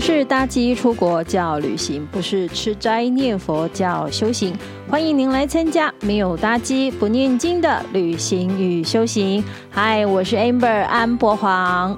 是搭机出国叫旅行，不是吃斋念佛叫修行。欢迎您来参加没有搭机不念经的旅行与修行。嗨，我是 Amber 安博黄。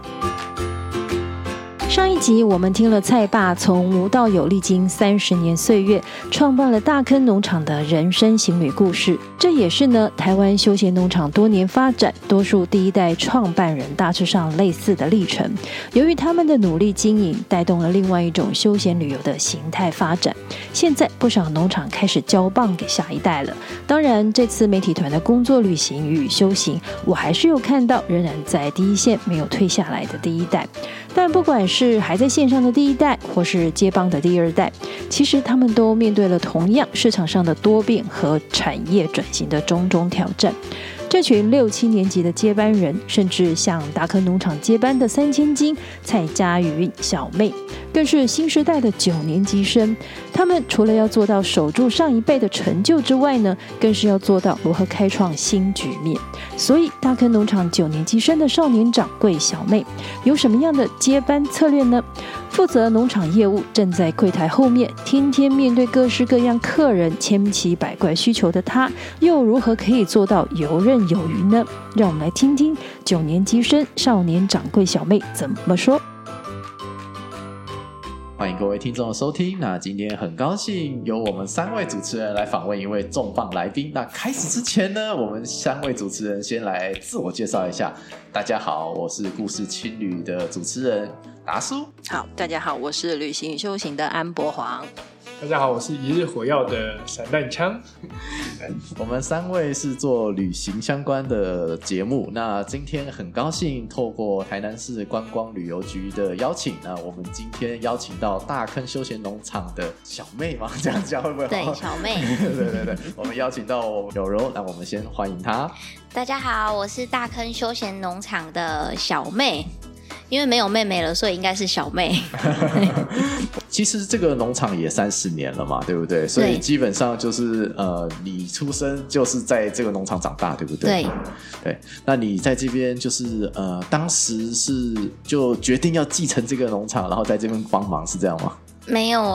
上一集我们听了蔡爸从无到有历经30年岁月，创办了大坑农场的人生行旅故事。这也是呢台湾休闲农场多年发展，多数第一代创办人大致上类似的历程。由于他们的努力经营，带动了另外一种休闲旅游的形态发展。现在不少农场开始交棒给下一代了。当然，这次媒体团的工作旅行与修行，我还是有看到仍然在第一线没有退下来的第一代。但不管是还在线上的第一代，或是接棒的第二代，其实他们都面对了同样市场上的多变和产业转型的种种挑战。这群6、7年级的接班人，甚至像大坑农场接班的3千金、蔡佳云、小妹，更是新时代的9年级生。他们除了要做到守住上一辈的成就之外呢，更是要做到如何开创新局面。所以大坑农场9年级生的少年掌柜小妹有什么样的接班策略呢？负责农场业务，站在柜台后面，天天面对各式各样客人千奇百怪需求的他，又如何可以做到游刃有余呢？让我们来听听9年级生少年掌柜小妹怎么说。 欢迎各位听众的收听。那今天很高兴由我们3位主持人来访问一位重磅来宾。那开始之前呢，我们3位主持人先来自我介绍一下。大家好，我是故事青旅的主持人达叔。 好，大家好，我是旅行与修行的安博黄。 大家好，我是一日火药的散弹枪。 我们3位是做旅行相关的节目。那今天很高兴透过台南市观光旅游局的邀请，那我们今天邀请到大坑休闲农场的小妹嘛，这样讲会不会好？ 对，小妹。 对，我们邀请到柔柔，那我们先欢迎她。 大家好，我是大坑休闲农场的小妹。因为没有妹妹了，所以应该是小妹。 其实这个农场也30年了嘛，对不对？所以基本上就是你出生就是在这个农场长大，对不对？对。那你在这边就是当时是就决定要继承这个农场，然后在这边帮忙，是这样吗？ 没有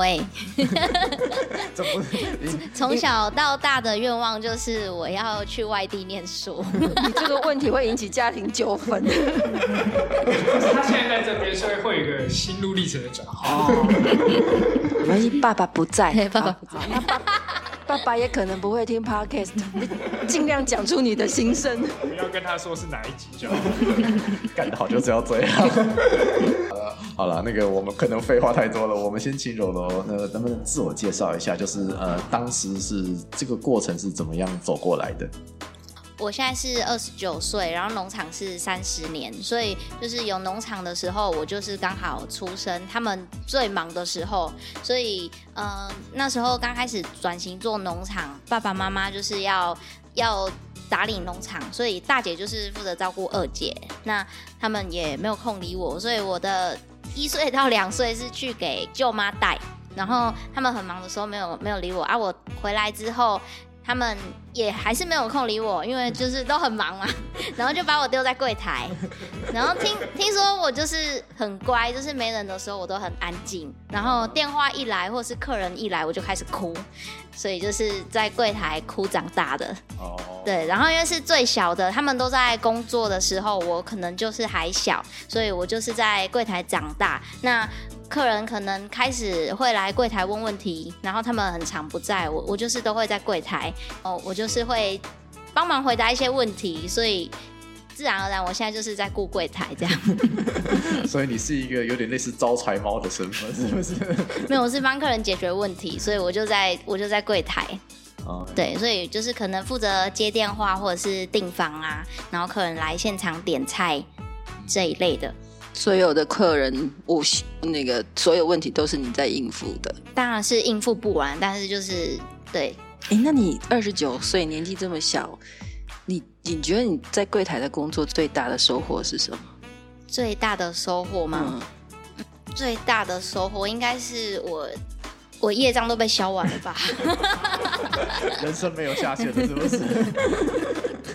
从小到大的愿望就是我要去外地念书。 你这个问题会引起家庭纠纷。 他现在在这边，所以会有一个心路历程的转换。 没关系，爸爸不在。 对，爸爸不在。 爸爸也可能不会听 podcast， 你尽量讲出你的心声。 不要跟他说是哪一集就好。 干得好就是要这样。好了，那个我们可能废话太多了，我们先请柔柔，能不能自我介绍一下，就是当时是这个过程是怎么样走过来的？ 我现在是29岁，然后农场是30年，所以就是有农场的时候，我就是刚好出生，他们最忙的时候，所以那时候刚开始转型做农场，爸爸妈妈就是要打理农场，所以大姐就是负责照顾2姐，那他们也没有空理我，所以我的1岁到2岁是去给舅妈带，然后他们很忙的时候没有理我啊，我回来之后。他们也还是没有空理我，因为就是都很忙嘛，然后就把我丢在柜台。然后听说我就是很乖，就是没人的时候我都很安静，然后电话一来或是客人一来我就开始哭，所以就是在柜台哭长大的。对，然后因为是最小的，他们都在工作的时候，我可能就是还小，所以我就是在柜台长大。那客人可能开始会来柜台问问题，然后他们很常不在，我就是都会在柜台我就是会帮忙回答一些问题，所以自然而然我现在就是在顾柜台这样。 所以你是一个有点类似招财猫的身份，是不是？ 没有，我是帮客人解决问题，所以我就在柜台。对，所以就是可能负责接电话或者是订房啊，然后客人来现场点菜这一类的。 所有的客人所有问题都是你在应付的？ 当然是应付不完，但是就是对。 那你29岁年纪这么小，你觉得你在柜台的工作最大的收获是什么？ 最大的收获吗？最大的收获应该是我业障都被消完了吧。 人生没有下限了，是不是？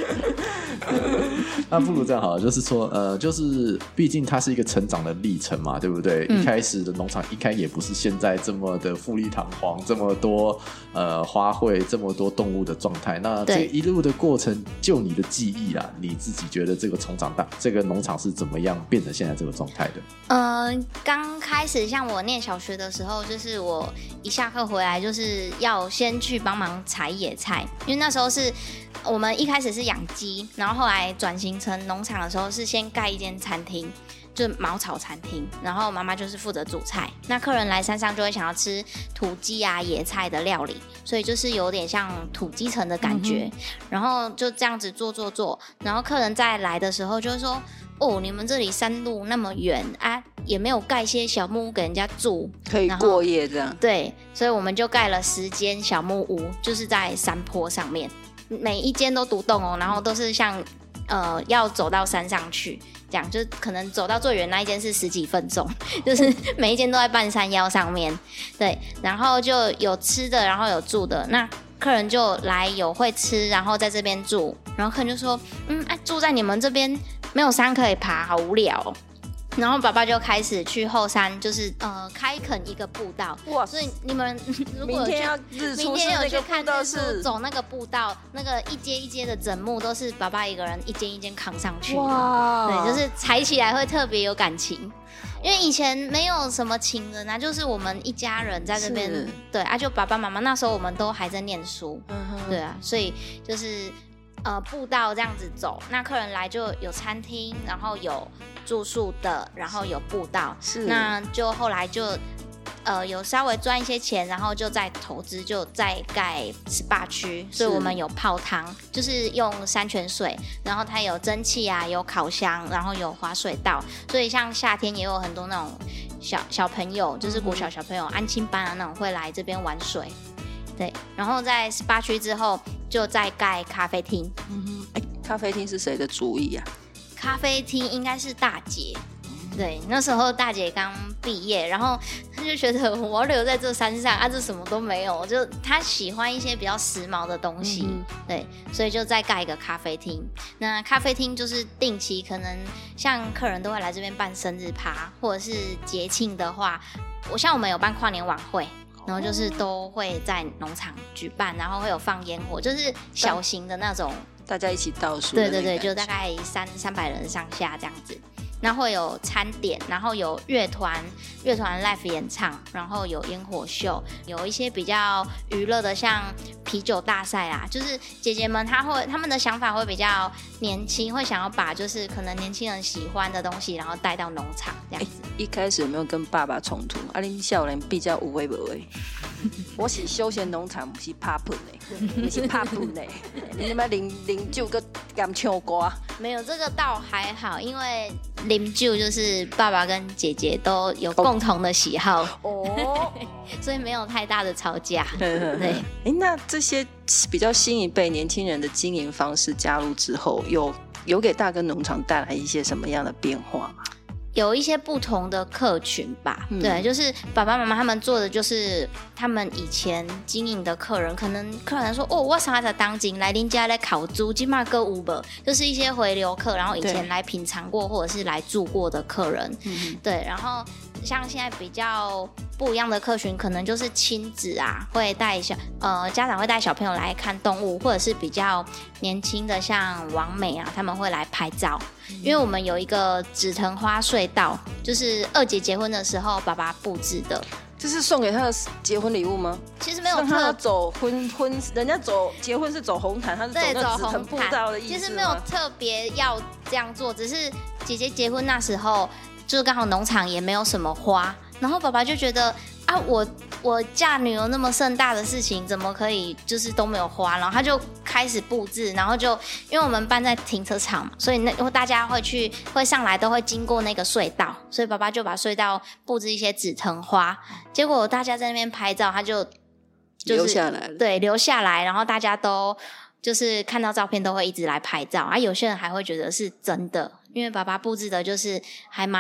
那不如这样好了，就是说就是毕竟它是一个成长的历程嘛，对不对？一开始的农场一开也不是现在这么的富丽堂皇，这么多花卉，这么多动物的状态。那这一路的过程，就你的记忆啦，你自己觉得这个农场是怎么样变成现在这个状态的？ 刚开始像我念小学的时候，就是我一下课回来就是要先去帮忙采野菜，因为那时候是我们一开始是养鸡，然后后来转型成农场的时候是先盖一间餐厅，就是茅草餐厅，然后妈妈就是负责煮菜，那客人来山上就会想要吃土鸡啊野菜的料理，所以就是有点像土鸡城的感觉，然后就这样子做，然后客人再来的时候就会说，哦，你们这里山路那么远啊，也没有盖一些小木屋给人家住， 可以过夜这样。 对，所以我们就盖了10间小木屋，就是在山坡上面，每一间都独栋哦，然后都是像要走到山上去，这样就可能走到最远那一间是10几分钟，就是每一间都在半山腰上面。对，然后就有吃的，然后有住的，那客人就来有会吃，然后在这边住，然后客人就说，住在你们这边没有山可以爬，好无聊哦。然后爸爸就开始去后山，就是开垦一个步道。哇！所以你们如果明天要日出是那个步道是走那个步道，那个一阶一阶的整木都是爸爸一个人一间一间扛上去的。 哇！ 对，就是踩起来会特别有感情。因为以前没有什么情人啊，就是我们一家人在这边，对啊，就爸爸妈妈那时候我们都还在念书，对啊，所以就是步道这样子走，那客人来就有餐厅，然后有住宿的，然后有步道，是，那就后来就有稍微赚一些钱，然后就再投资，就再盖SPA区，所以我们有泡汤，就是用山泉水，然后它有蒸汽啊，有烤箱，然后有滑水道，所以像夏天也有很多那种小朋友，就是国小小朋友安亲班啊那种会来这边玩水，对，然后在SPA区之后就再盖咖啡厅。 咖啡厅是谁的主意啊？ 咖啡厅应该是大姐。对，那时候大姐刚毕业，然后她就觉得我要留在这山上啊，这什么都没有，就她喜欢一些比较时髦的东西，对，所以就再盖一个咖啡厅。那咖啡厅就是定期，可能像客人都会来这边办生日趴，或者是节庆的话，我们有办跨年晚会，然后就是都会在农场举办，然后会有放烟火，就是小型的那种， 大家一起倒数。 对对对，就大概300人上下这样子。然后会有餐点，然后有乐团 live 演唱，然后有烟火秀，有一些比较娱乐的，像啤酒大赛啦，就是姐姐们他们的想法会比较年轻，会想要把就是可能年轻人喜欢的东西，然后带到农场这样子。 一开始有没有跟爸爸冲突？你少年比较有为无为？我是休闲农场，不是拍喷的，你是拍喷的。你们啉酒跟甘唱歌？ 没有，这个倒还好，因为啉酒就是爸爸跟姐姐都有共同的喜好哦，所以没有太大的吵架。对， 那这些比较新一辈年轻人的经营方式加入之后，有给大耕农场带来一些什么样的变化吗？ 有一些不同的客群吧，对，就是爸爸妈妈他们做的就是他们以前经营的客人，可能客人说哦，我啥子当今来您家来烤猪，今嘛个Uber，就是一些回流客，然后以前来品尝过或者是来住过的客人，对，然后像现在比较不一样的客群，可能就是亲子啊，会带家长会带小朋友来看动物，或者是比较年轻的，像网美啊，他们会来拍照。因为我们有一个紫藤花隧道，就是二姐结婚的时候爸爸布置的。 这是送给他的结婚礼物吗？ 其实没有他走婚，人家结婚是走红毯，他是走那紫藤步道的意思吗？ 其实没有特别要这样做，只是姐姐结婚那时候，就是刚好农场也没有什么花，然后爸爸就觉得啊，我嫁女儿那么盛大的事情，怎么可以就是都没有花？然后他就开始布置，然后就因为我们搬在停车场嘛，所以大家会上来都会经过那个隧道，所以爸爸就把隧道布置一些紫藤花，结果大家在那边拍照，他就留下来了， 对，留下来，然后大家都就是看到照片都会一直来拍照啊，有些人还会觉得是真的，因为爸爸布置的就是还蛮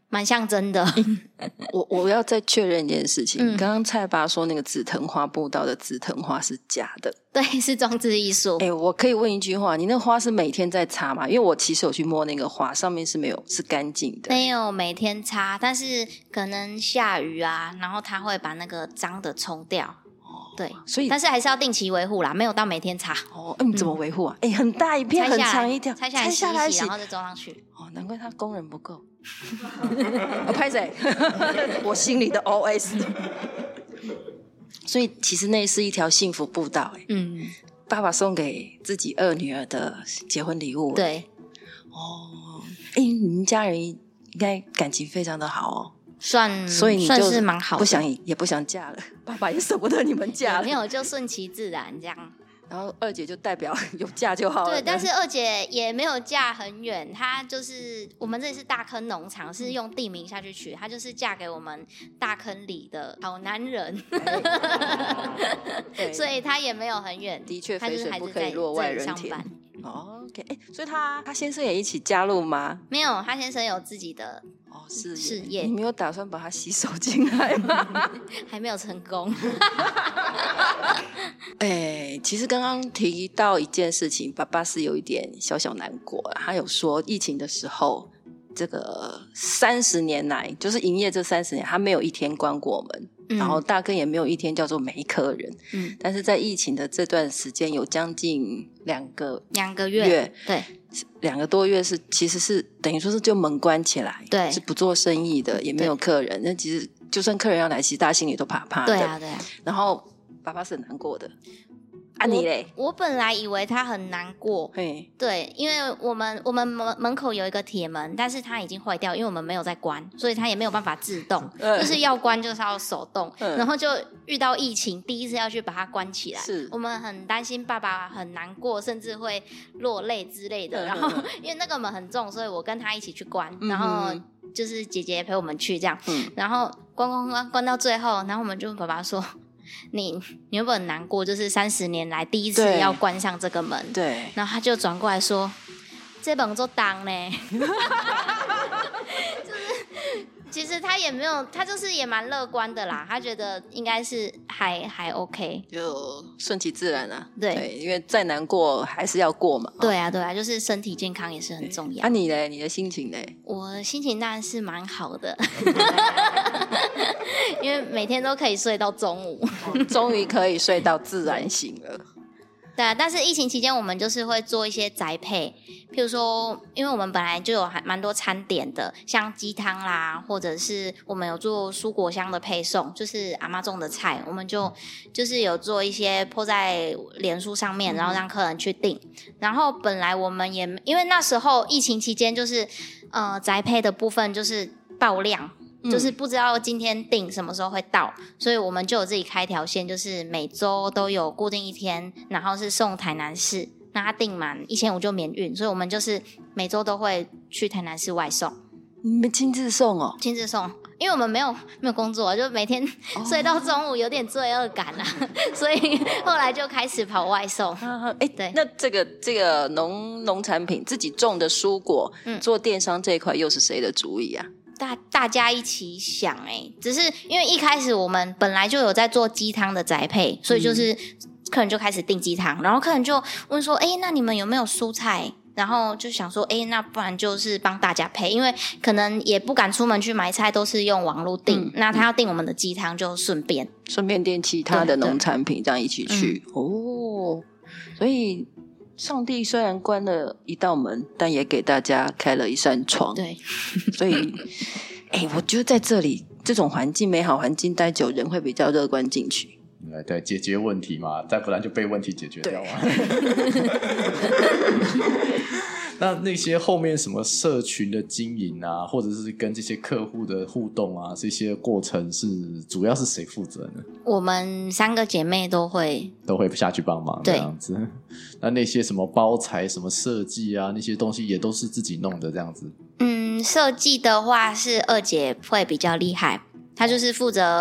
蛮像真的。 我要再确认一件事情，刚刚蔡爸说那个紫藤花步道的紫藤花是假的。 对，是装置艺术。 我可以问一句话，你那个花是每天在擦吗？因为我其实有去摸那个花，上面是干净的。 没有每天擦，但是可能下雨啊，然后它会把那个脏的冲掉。对， 所以但是还是要定期维护啦，没有到每天擦。 你怎么维护啊？很大一片，很长一条， 拆下来洗，然后再装上去。 难怪他工人不够。拍谁？我心里的 OS。所以其实那是一条幸福步道。爸爸送给自己二女儿的结婚礼物。 对。 你们家人应该感情非常的好哦。 所以你算是蛮好的， 也不想嫁了，爸爸也舍不得你们嫁了， 没有就顺其自然这样。 然后二姐就代表有嫁就好了。 对，但是二姐也没有嫁很远，她就是我们这里是大坑农场，是用地名下去取，她就是嫁给我们大坑里的好男人，所以她也没有很远。 的确，肥水不可以落外人田。OK， 所以他先生也一起加入吗？ 没有，他先生有自己的事业。 你没有打算把他吸收进来吗？ 还没有成功。 其实刚刚提到一件事情，爸爸是有一点小小难过。他有说疫情的时候，这个30年来，就是营业这30年，他没有一天关过门。然后大坑也没有一天叫做没客人。但是在疫情的这段时间有将近2个月， 对 ，2个多月其实是等于说是就门关起来， 对， 是不做生意的，也没有客人。那其实就算客人要来，其实大家心里都怕怕的。 对啊。 然后爸爸是很难过的。你嘞？ 我本来以为他很难过，对，因为我们门口有一个铁门，但是它已经坏掉，因为我们没有在关，所以它也没有办法自动，就是要关就是要手动，然后就遇到疫情，第一次要去把它关起来，我们很担心爸爸很难过，甚至会落泪之类的。然后因为那个门很重，所以我跟他一起去关，然后就是姐姐陪我们去这样，然后关到最后，然后我们就问爸爸说，你会不会很难过？就是30年来第一次要关上这个门。 对。 然后他就转过来说：“这门做当呢。”就是其实他也没有，他就是也蛮乐观的啦。他觉得应该是还 OK， 就顺其自然啊。 对， 因为再难过还是要过嘛。 对啊，就是身体健康也是很重要。 你嘞？你的心情嘞？ 我心情当然是蛮好的。因为每天都可以睡到中午。 终于可以睡到自然醒了。 对啊，但是疫情期间我们就是会做一些宅配，譬如说因为我们本来就有还蛮多餐点的，像鸡汤啦，或者是我们有做蔬果箱的配送，就是阿嬷种的菜，我们就是有做一些po在脸书上面，然后让客人去订。然后本来我们也因为那时候疫情期间就是宅配的部分就是爆量，就是不知道今天订什么时候会到，所以我们就有自己开条线，就是每周都有固定一天，然后是送台南市，那他订满1500就免运，所以我们就是每周都会去台南市外送。 你们亲自送哦？ 亲自送，因为我们没有工作，就每天睡到中午，有点罪恶感啊，所以后来就开始跑外送。 对，那这个农产品自己种的蔬果，做电商这一块又是谁的主意啊？ 大家一起想只是因为一开始我们本来就有在做鸡汤的宅配，所以就是客人就开始订鸡汤，然后客人就问说那你们有没有蔬菜？然后就想说那不然就是帮大家配，因为可能也不敢出门去买菜，都是用网络订，那他要订我们的鸡汤就顺便订其他的农产品，这样一起去。所以上帝虽然关了一道门，但也给大家开了一扇窗。 对， 所以我觉得在这里这种环境美好环境待久，人会比较乐观进去。 对，解决问题嘛，再不然就被问题解决掉嘛。那些后面什么社群的经营啊，或者是跟这些客户的互动啊，这些过程主要是谁负责呢？ 我们3个姐妹都会下去帮忙这样子。那些什么包材什么设计啊，那些东西也都是自己弄的这样子。设计的话是二姐会比较厉害，她就是负责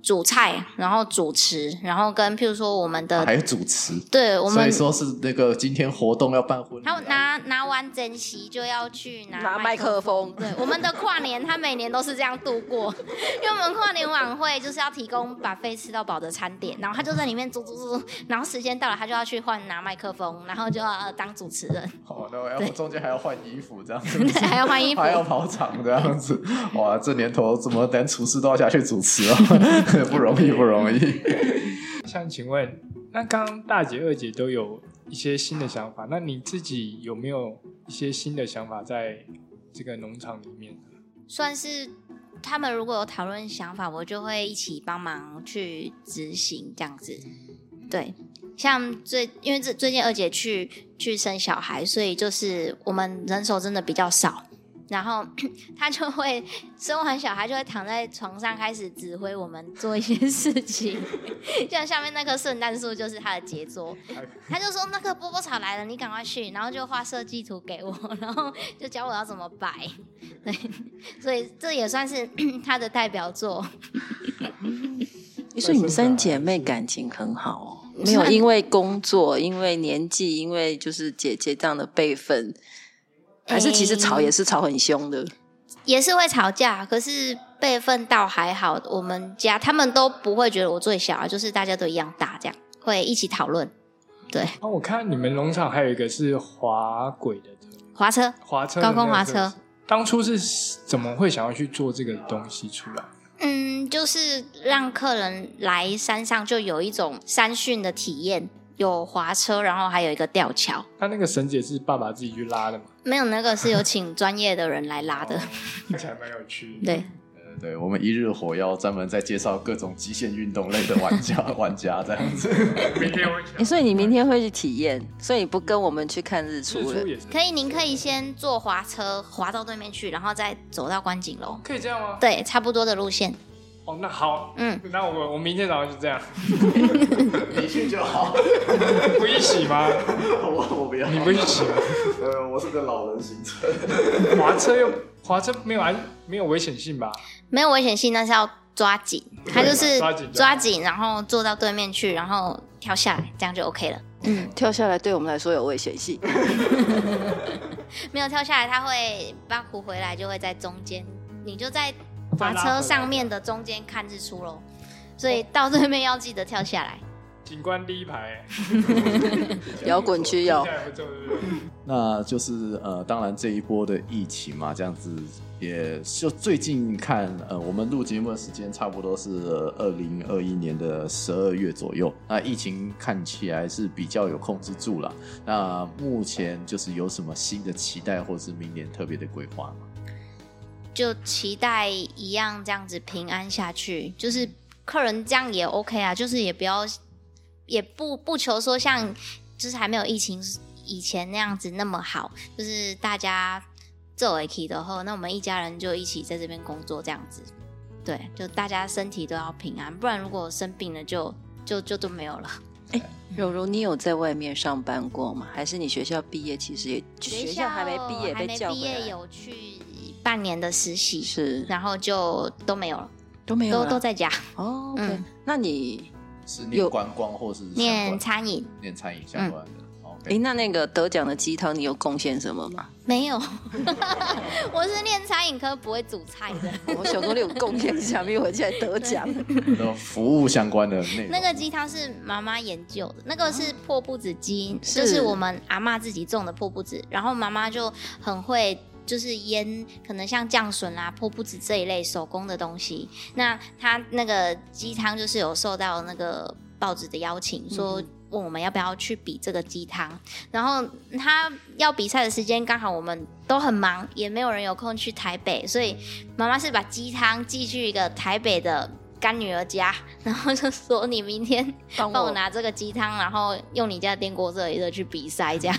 煮菜，然后主持，然后跟譬如说我们的还有主持， 对，我们所以说是那个今天活动要办婚礼， 他拿完整席就要去拿麦克风。 对，我们的跨年他每年都是这样度过，因为我们跨年晚会就是要提供buffet吃到饱的餐点，然后他就在里面煮，然后时间到了他就要去拿麦克风，然后就要当主持人。 然后中间还要换衣服这样子， 对，还要换衣服， 还要跑场这样子。哇，这年头怎么连厨师都要下去主持哦？不容易，不容易。 想请问，那刚刚大姐、二姐都有一些新的想法，那你自己有没有一些新的想法在这个农场里面？ 算是他们如果有讨论想法，我就会一起帮忙去执行这样子。对，像因为最近二姐去生小孩，所以就是我们人手真的比较少。然后他就会生完小孩就会躺在床上开始指挥我们做一些事情，像下面那棵圣诞树就是他的杰作，他就说那个波波草来了，你赶快去，然后就画设计图给我，然后就教我要怎么摆，对，所以这也算是他的代表作。 所以你们三姐妹感情很好哦，没有因为工作、因为年纪、因为就是姐姐这样的辈分。还是其实吵也是吵很凶的， 也是会吵架，可是辈分倒还好。我们家他们都不会觉得我最小，就是大家都一样大，这样会一起讨论。对， 我看你们农场还有一个是滑轨的滑车，高空滑车。 当初是怎么会想要去做这个东西出来？ 就是让客人来山上就有一种山训的体验。有滑车，然后还有一个吊桥。 那个绳子也是爸爸自己去拉的吗？ 没有，那个是有请专业的人来拉的。 听起来蛮有趣的。 对， 对，我们一日火药专门在介绍各种极限运动类的玩家这样子。 明天会所以你明天会去体验，所以你不跟我们去看日出了？ 可以，您可以先坐滑车滑到对面去，然后再走到观景楼。 可以这样吗？ 对，差不多的路线。 那好，那我明天早上就这样。 你去就好。 不一起吗？ 我不要。 你不一起吗？ 我是个老人行程。 滑车没有危险性吧？ 没有危险性，那是要抓紧，它就是抓紧，然后坐到对面去，然后跳下来，这样就 OK 了。 跳下来对我们来说有危险性。 没有跳下来，它会巴苦回来，就会在中间，你就在滑车上面的中间看日出咯，所以到对面要记得跳下来。 景观第一排， 摇滚区有。 那就是当然这一波的疫情嘛，这样子也就最近看我们录节目的时间差不多是2021年的12月左右。那疫情看起来是比较有控制住了。那目前就是有什么新的期待，或是明年特别的规划吗？ 就期待一样这样子平安下去，就是客人这样也 OK 啊，就是也不求说像就是还没有疫情以前那样子那么好，就是大家做一起的后，那我们一家人就一起在这边工作这样子，对，就大家身体都要平安，不然如果生病了就都没有了。 柔柔，你有在外面上班过吗？还是你学校毕业其实也学校还没毕业被叫回来？还没毕业有去半年的实习， 是， 然后就都没有了，都在家。 哦，okay. 那你是念观光或是念餐饮相关的？ 那个得奖的鸡汤你有贡献什么吗？ 没有。我是念餐饮科，不会煮菜的。 我想说你有贡献下面回去来得奖。 服务相关的内容。 那个鸡汤是妈妈研究的，那个是破布子鸡，就是我们阿嬷自己种的破布子，然后妈妈就很会就是腌可能像酱笋啦、破布子这一类手工的东西。那他那个鸡汤就是有受到那个报纸的邀请，说问我们要不要去比这个鸡汤，然后他要比赛的时间刚好我们都很忙，也没有人有空去台北，所以妈妈是把鸡汤寄去一个台北的干女儿家，然后就说你明天帮我拿这个鸡汤，然后用你家的电锅热一热去比赛这样。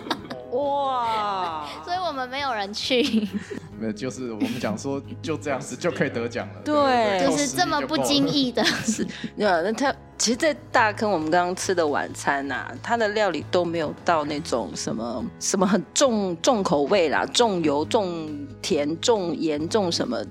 哇！ 所以我们没有人去。 就是我们讲说就这样子就可以得奖了， 对， 就是这么不经意的。 是，那他其实，在大坑我们刚刚吃的晚餐啊，他的料理都没有到那种什么很重口味啦，重油、重甜、重盐、重什么，他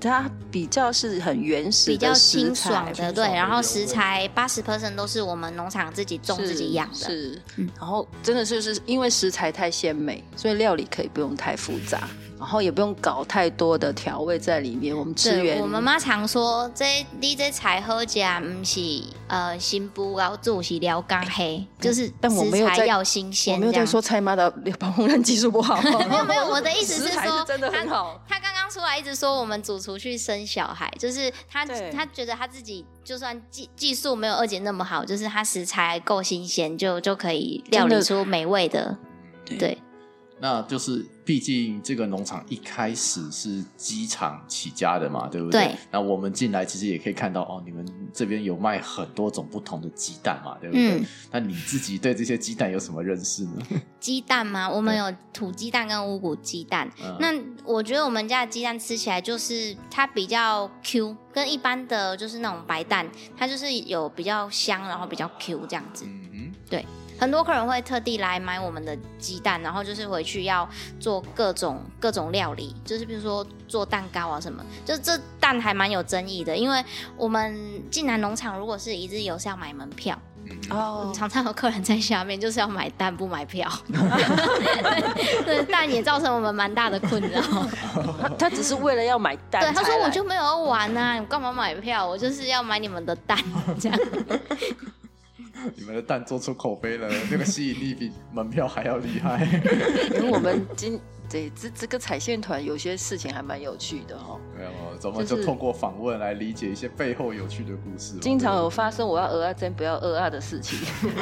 比较是很原始的， 比较清爽的，对。然后食材80% 都是我们农场自己种自己养的， 是。然后真的就是因为食材太鲜美，所以料理可以不用太复杂。然后也不用搞太多的调味在里面，我们吃原。 我们妈常说，你这菜好吃，不是新布然后做是料刚黑，就是食材要新鲜。 我没有在说蔡妈的烹饪技术不好， 没有，我的意思是说， 真的很好。 他刚刚出来一直说我们主厨去生小孩，就是他觉得他自己就算技术没有二姐那么好，就是他食材够新鲜，就可以料理出美味的，对。 那就是毕竟这个农场一开始是鸡场起家的嘛，对不对？对。那我们进来其实也可以看到哦，你们这边有卖很多种不同的鸡蛋嘛，对不对？那你自己对这些鸡蛋有什么认识呢？ 鸡蛋吗？我们有土鸡蛋跟五谷鸡蛋。那我觉得我们家的鸡蛋吃起来就是它比较 Q， 跟一般的就是那种白蛋，它就是有比较香，然后比较 Q 这样子。对。很多客人会特地来买我们的鸡蛋，然后就是回去要做各种料理，就是比如说做蛋糕啊什么，就这蛋还蛮有争议的，因为我们进来农场如果是一日游是要买门票。常常有客人在下面就是要买蛋不买票，对，蛋也造成我们蛮大的困扰。 他只是为了要买蛋， 对，他说我就没有要玩啊，你干嘛买票？我就是要买你们的蛋，这样。 你们的蛋做出口碑了，那个吸引力比门票还要厉害。 因为我们这个彩线团有些事情还蛮有趣的哦。 没有，咱们就透过访问来理解一些背后有趣的故事。 经常有发生我要蚵仔煎不要蚵仔的事情。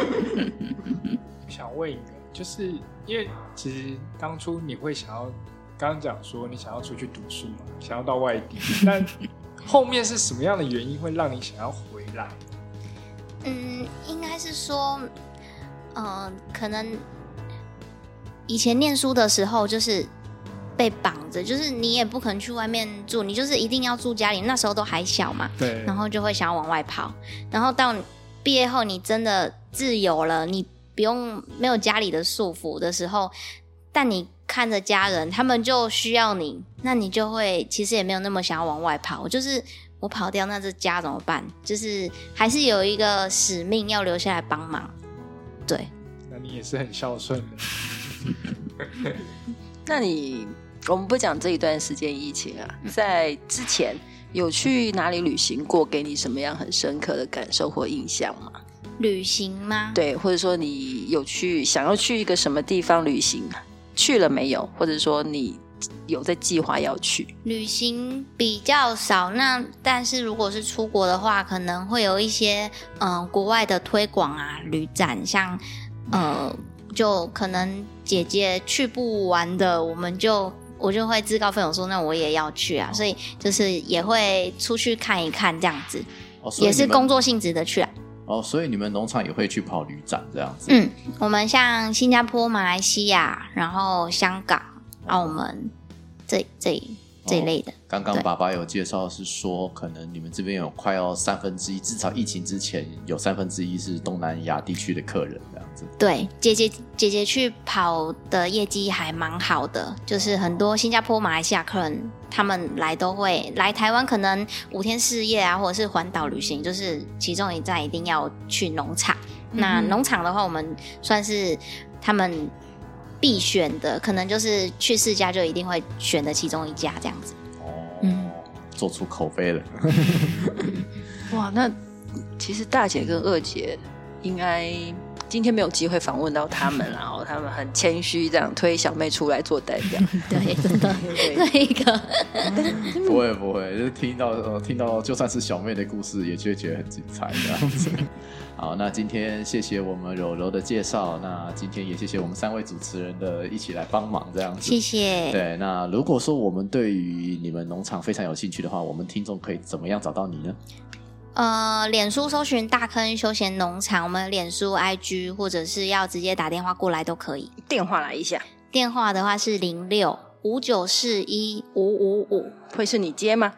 想问一个，就是因为其实当初你会想要，刚刚讲说你想要出去读书嘛，想要到外地，但后面是什么样的原因会让你想要回来？ 应该是说，可能以前念书的时候就是被绑着，就是你也不可能去外面住，你就是一定要住家里。那时候都还小嘛， 对， 然后就会想要往外跑。然后到毕业后，你真的自由了，你没有家里的束缚的时候，但你看着家人，他们就需要你，那你就会其实也没有那么想要往外跑，就是我跑掉，那这家怎么办？就是还是有一个使命要留下来帮忙。对， 那你也是很孝顺的。 那我们不讲这一段时间疫情啊，在之前有去哪里旅行过，给你什么样很深刻的感受或印象吗？ 旅行吗？ 对，或者说你有想要去一个什么地方旅行，去了没有？或者说你有在计划要去？ 旅行比较少，但是如果是出国的话，可能会有一些国外的推广啊、旅展，像就可能姐姐去不完的，我就会自告奋勇说，那我也要去啊，所以就是也会出去看一看这样子，也是工作性质的去啊。 所以你们农场也会去跑旅展这样子？ 我们像新加坡、马来西亚，然后香港、澳门这一类的。 刚刚爸爸有介绍是说，可能你们这边有快要1/3，至少疫情之前有1/3是东南亚地区的客人这样子。 对，姐姐去跑的业绩还蛮好的，就是很多新加坡、马来西亚客人他们都会来台湾，可能5天4夜啊，或者是环岛旅行，就是其中一站一定要去农场。那农场的话，我们算是他们必选的，可能就是去4家就一定会选的其中一家这样子。 做出口碑了。 哇，那其实大姐跟二姐应该今天没有机会访问到他们，然后他们很谦虚，这样推小妹出来做代表。 对，真的，这一个不会，就是听到，就算是小妹的故事，也就觉得很精彩这样子。好，那今天谢谢我们柔柔的介绍，那今天也谢谢我们3位主持人的一起来帮忙这样子。 谢谢。 对，那如果说我们对于你们农场非常有兴趣的话，我们听众可以怎么样找到你呢？ 脸书搜寻大坑休闲农场，我们脸书 IG 或者是要直接打电话过来都可以。 电话来一下。 电话的话是0659415555。 会是你接吗？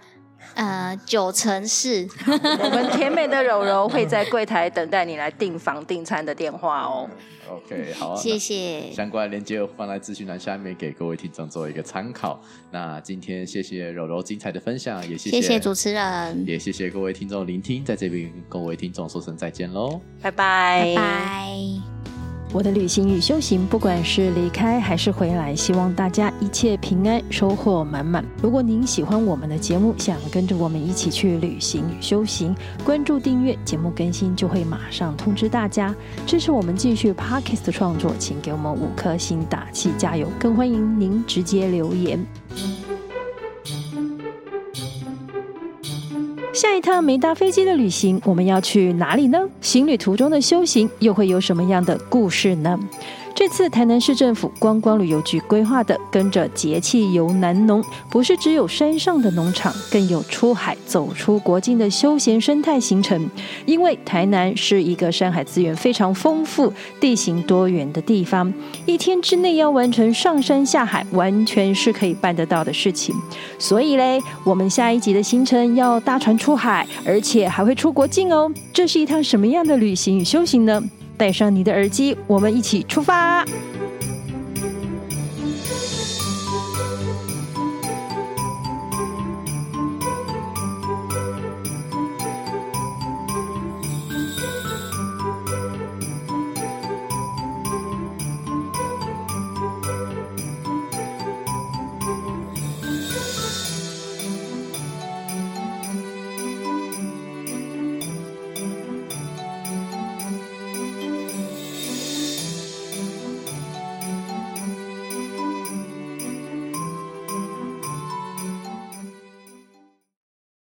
9成是。 我们甜美的柔柔会在柜台等待你来订房订餐的电话哦。 OK， 好、啊， 谢谢。 相关的链接我放在资讯栏下面，给各位听众做一个参考。那今天谢谢柔柔精彩的分享，也谢谢主持人， 也谢谢各位听众聆听，在这边跟各位听众说声再见喽， 拜拜， 拜拜。 我的旅行与修行，不管是离开还是回来，希望大家一切平安，收获满满。如果您喜欢我们的节目，想跟着我们一起去旅行与修行，关注订阅，节目更新就会马上通知大家。支持我们继续 Podcast 的创作，请给我们5颗星打气加油，更欢迎您直接留言。下一趟没搭飞机的旅行，我们要去哪里呢？行旅途中的修行又会有什么样的故事呢？这次台南市政府观光旅游局规划的跟着节气游南农，不是只有山上的农场，更有出海走出国境的休闲生态行程。因为台南是一个山海资源非常丰富、地形多元的地方，一天之内要完成上山下海，完全是可以办得到的事情。所以嘞，我们下一集的行程要搭船出海，而且还会出国境哦。这是一趟什么样的旅行与修行呢？戴上你的耳机，我们一起出发。